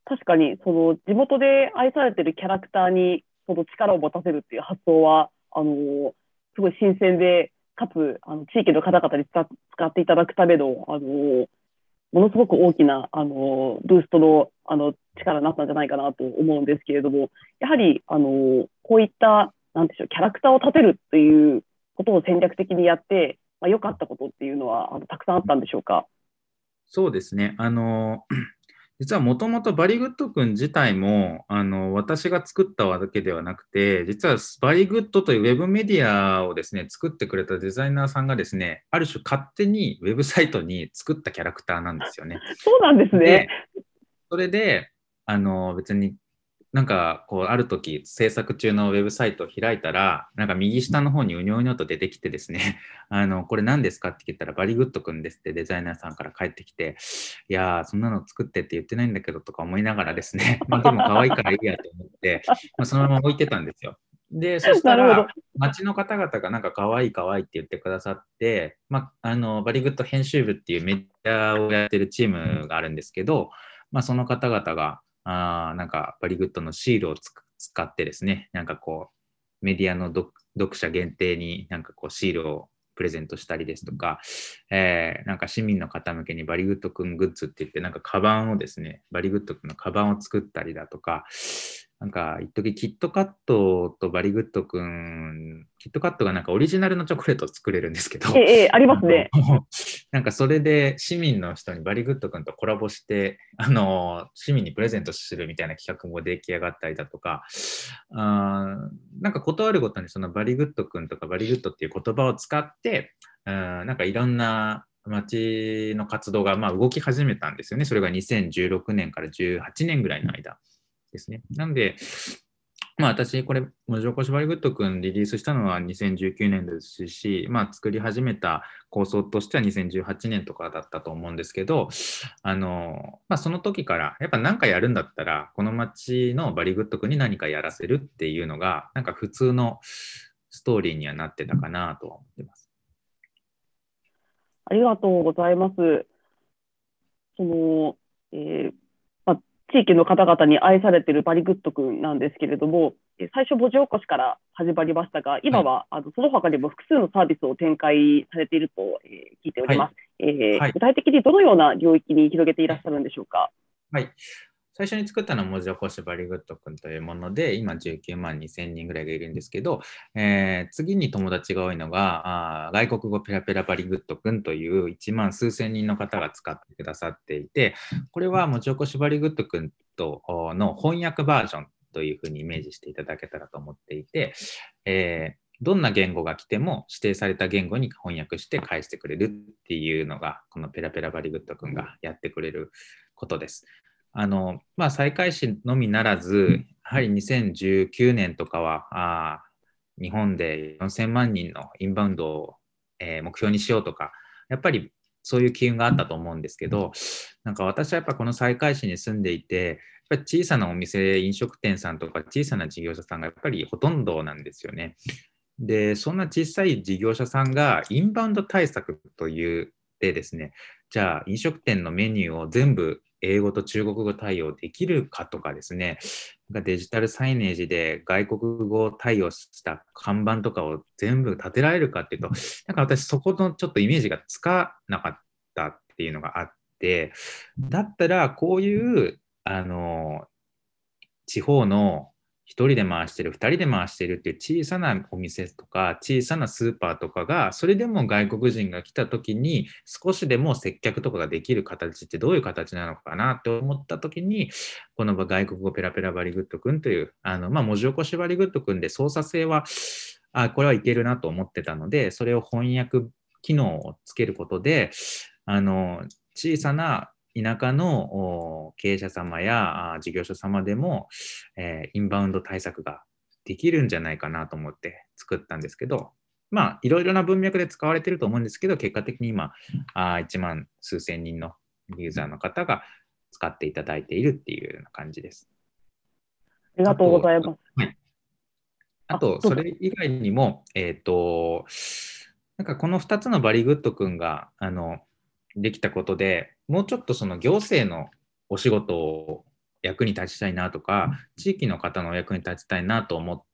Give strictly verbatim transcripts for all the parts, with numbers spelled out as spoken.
確かに、その地元で愛されてるキャラクターにその力を持たせるっていう発想は、あのすごい新鮮で、かつ、あの地域の方々に使使っていただくための、あのものすごく大きな、あのブーストの、あの力になったんじゃないかなと思うんですけれども、やはり、あのこういった、なんでしょう、キャラクターを立てるっていうことを戦略的にやって、まあ、良かったことっていうのは、あのたくさんあったんでしょうか。 そうですね。あの、実はもともとバリグッド君自体も、あの、私が作ったわけではなくて、実はバリグッドというウェブメディアをですね、作ってくれたデザイナーさんがですね、ある種勝手にウェブサイトに作ったキャラクターなんですよね。 そうなんですね。 で、それで、あの、別になんか、こう、ある時、制作中のウェブサイトを開いたら、なんか右下の方にうにょうにょと出てきてですね、あの、これ何ですかって聞いたら、バリグッドくんですってデザイナーさんから返ってきて、いやー、そんなの作ってって言ってないんだけどとか思いながらですね、まあでも可愛いからいいやと思って、まあ、そのまま置いてたんですよ。で、そしたら、 なるほど。 街の方々がなんか可愛い可愛いって言ってくださって、まあ、あの、バリグッド編集部っていうメディアをやってるチームがあるんですけど、まあ、その方々が、あなんかバリグッドのシールをつ使ってですね、なんかこう、メディアの読読者限定になんかこうシールをプレゼントしたりですとか、えー、なんか市民の方向けにバリグッドくんグッズって言って、なんかカバンをですね、バリグッドくんのカバンを作ったりだとか、なんか一時キットカットとバリグッドくん、キットカットがなんかオリジナルのチョコレートを作れるんですけど、 ええ、ええ、ありあのますね。 なんかそれで市民の人にバリグッド君とコラボして、あの、市民にプレゼントするみたいな企画も出来上がったりだとか、あなんか断るごとにそのバリグッド君とかバリグッドっていう言葉を使って、うんなんかいろんな街の活動がまあ動き始めたんですよね。それがにせんじゅうろくねんからじゅうはちねんぐらいの間ですね。なんで、まあ私、これ、文字起こしバリグッド君リリースしたのはにせんじゅうきゅうねんですし、まあ作り始めた構想としてはにせんじゅうはちねんとかだったと思うんですけど、あの、まあその時から、やっぱ何かやるんだったら、この街のバリグッド君に何かやらせるっていうのが、なんか普通のストーリーにはなってたかなとは思ってます。 ありがとうございます。その、えーまあ、地域の方々に愛されているバリグッド君なんですけれども、えー最初、文字起こしから始まりましたが、 はい。 今はあのその他にも複数のサービスを展開されていると、えー聞いておりはい。 ます。えーはい。 具体的にどのような領域に広げていらっしゃるんでしょうか。 はい。最初に作ったのは文字起こしバリグッド君というもので、今じゅうきゅうまんにせんにんぐらいがいるんですけど、えー次に友達が多いのが、あ外国語ペラペラバリグッド君といういちまん数千人の方が使ってくださっていて、これは文字起こしバリグッド君との翻訳バージョンというふうにイメージしていただけたらと思っていて、えーどんな言語が来ても指定された言語に翻訳して返してくれるっていうのが、このペラペラバリグッド君がやってくれることです。あの、まあ、再開始のみならず、やはりにせんじゅうきゅうねんとかは、あ日本でよんせんまん人のインバウンドを、えー目標にしようとか、やっぱりそういう機運があったと思うんですけど、なんか私はやっぱこの再開市に住んでいて、やっぱり小さなお店、飲食店さんとか小さな事業者さんがやっぱりほとんどなんですよね。で、そんな小さい事業者さんがインバウンド対策というでですね、じゃあ飲食店のメニューを全部英語と中国語対応できるかとかですね、デジタルサイネージで外国語対応した看板とかを全部立てられるかっていうと、なんか私そこのちょっとイメージがつかなかったっていうのがあって、だったらこういう、あの、地方の一人で回してる、二人で回してるっていう小さなお店とか、小さなスーパーとかが、それでも外国人が来た時に、少しでも接客とかができる形ってどういう形なのかなって思った時に、この外国語ペラペラバリグッドくんという、あの、まあ、文字起こしバリグッドくんで操作性は、あ、これはいけるなと思ってたので、それを翻訳機能をつけることで、あの、小さな田舎の経営者様や事業者様でも、えーインバウンド対策ができるんじゃないかなと思って作ったんですけど、まあ、いろいろな文脈で使われていると思うんですけど、結果的に今、あいちまん数千人のユーザーの方が使っていただいているっていうような感じです。 ありがとうごあと、 ざいます。 はい、ああ、 と、 どうぞ。 それ以外にも、えっと、なんかこのふたつのバリグッド君が、あの、できたことで、もうちょっとその行政のお仕事を役に立ちたいなとか、地域の方のお役に立ちたいなと思って、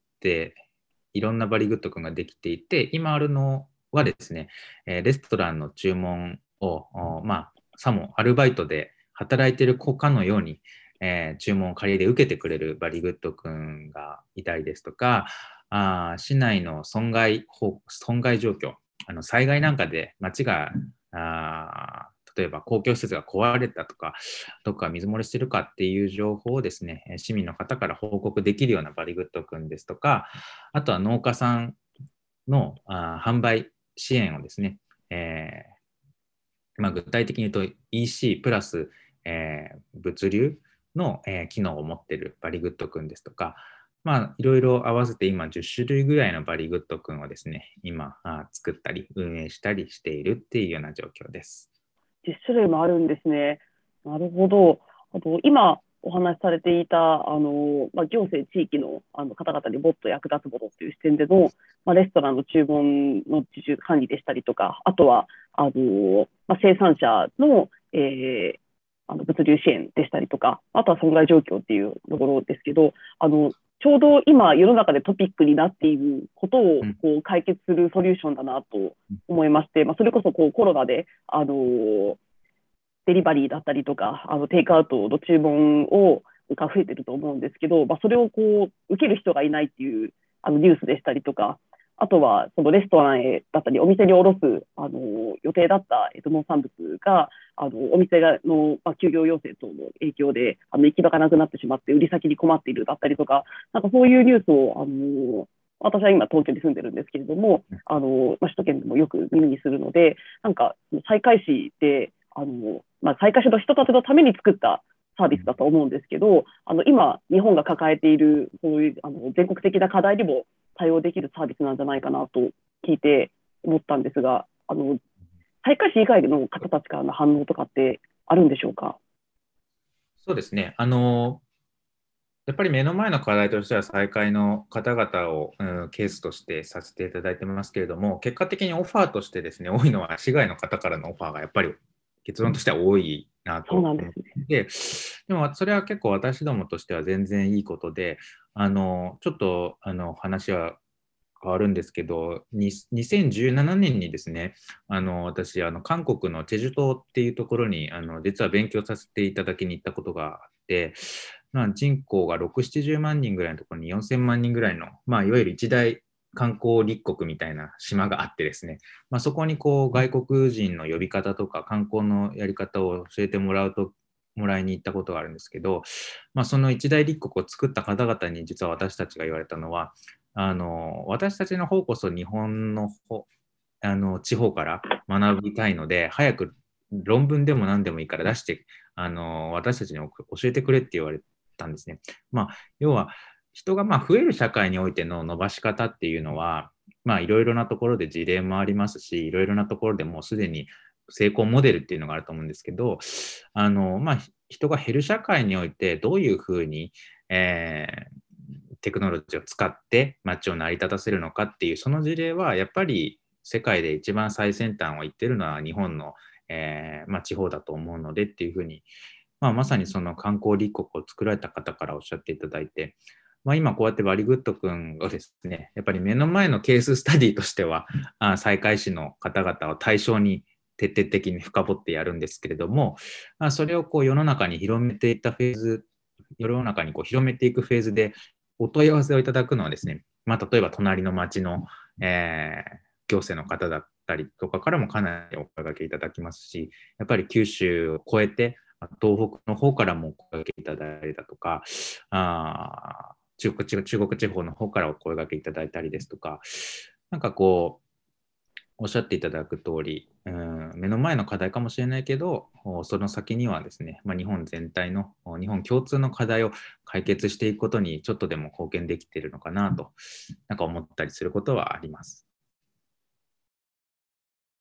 いろんなバリグッド君ができていて、今あるのはですね、えーレストランの注文を、おまあ、さもアルバイトで働いている子かのように、えー注文を仮で受けてくれるバリグッド君がいたりですとか、あー市内の損害法損害状況、あの災害なんかで街があー例えば公共施設が壊れたとか、どっか水漏れしてるかっていう情報をですね、市民の方から報告できるようなバリグッド君ですとか、あとは農家さんのあ販売支援をですね、えーまあ、具体的に言うと イーシー プラス、えー物流の、えー機能を持っているバリグッド君ですとか、まあ、いろいろ合わせて今じゅっ種類ぐらいのバリグッド君をですね、今あ作ったり運営したりしているっていうような状況です。 じゅっ種類もあるんですね。なるほど。あと、今お話しされていた、あの、まあ、行政地域の、あの方々にもっと役立つものっていう視点での、まあ、レストランの注文の自主管理でしたりとか、あとは、あの、まあ、生産者の、えーあの物流支援でしたりとか、あとは損害状況っていうところですけど、あの、ちょうど今世の中でトピックになっていることをうんこう解決するソリューションだなと思いまして、まあ、それこそこうコロナで、あのデリバリーだったりとか、あのテイクアウトの注文をが増えてると思うんですけど、まあ、それをこう受ける人がいないっていうあのニュースでしたりとか、あとはそのレストランへだったり、お店に卸すあの予定だった、えっと、農産物があのお店がの、まあ、休業要請等の影響であの行き場がなくなってしまって、売り先に困っているだったりとか、なんかそういうニュースをあの私は今東京に住んでるんですけれども、あのまあ、首都圏でもよく耳にするので、なんか再開市であの、まあ、再開市の人たちのために作ったサービスだと思うんですけど、あの今日本が抱えているそういうあの全国的な課題にも対応できるサービスなんじゃないかなと聞いて思ったんですが、あの再開市以外の方たちからの反応とかってあるんでしょうか？ そうですね。あのやっぱり目の前の課題としては再開の方々を、うん、ケースとしてさせていただいてますけれども、結果的にオファーとしてですね、多いのは市外の方からのオファーがやっぱり結論としては多いなそうなと思っんですね。 て、でもそれは結構私どもとしては全然いいことで、あのちょっとあの話は変わるんですけど、ににせんじゅうななねんにですね、あの私あの、韓国のチェジュ島っていうところにあの実は勉強させていただきに行ったことがあって、まあ、人口がろく、ななじゅうまん人ぐらいのところによんせんまん人ぐらいの、まあ、いわゆる一大観光立国みたいな島があってですね、まあ、そこにこう外国人の呼び方とか観光のやり方を教えてもらうともらいに行ったことがあるんですけど、まあ、その一大立国を作った方々に実は私たちが言われたのは、あの私たちの方こそ日本の方あの地方から学びたいので、早く論文でも何でもいいから出して、あの私たちに教えてくれって言われたんですね。まあ、要は人がまあ増える社会においての伸ばし方っていうのは、まあ、いろいろなところで事例もありますし、いろいろなところでもうすでに成功モデルっていうのがあると思うんですけど、あのまあ、人が減る社会においてどういうふうに、えーテクノロジーを使って街を成り立たせるのかっていうその事例はやっぱり世界で一番最先端を言ってるのは日本の、えーまあ、地方だと思うのでっていうふうに、まあ、まさにその観光立国を作られた方からおっしゃっていただいて、まあ、今こうやってバリグッド君をですね、やっぱり目の前のケーススタディとしてはあ再開市の方々を対象に徹底的に深掘ってやるんですけれども、まあ、それをこう世の中に広めていったフェーズ世の中にこう広めていくフェーズでお問い合わせをいただくのはですね、まあ、例えば隣の町の、えー行政の方だったりとかからもかなりお声掛けいただきますし、やっぱり九州を越えて東北の方からもお声掛けいただいたりだとか、あ中国中国地方の方からお声掛けいただいたりですとか、なんかこうおっしゃっていただく通り、うん、目の前の課題かもしれないけど、その先にはですね、まあ、日本全体の、日本共通の課題を解決していくことにちょっとでも貢献できているのかなと、なんか思ったりすることはあります。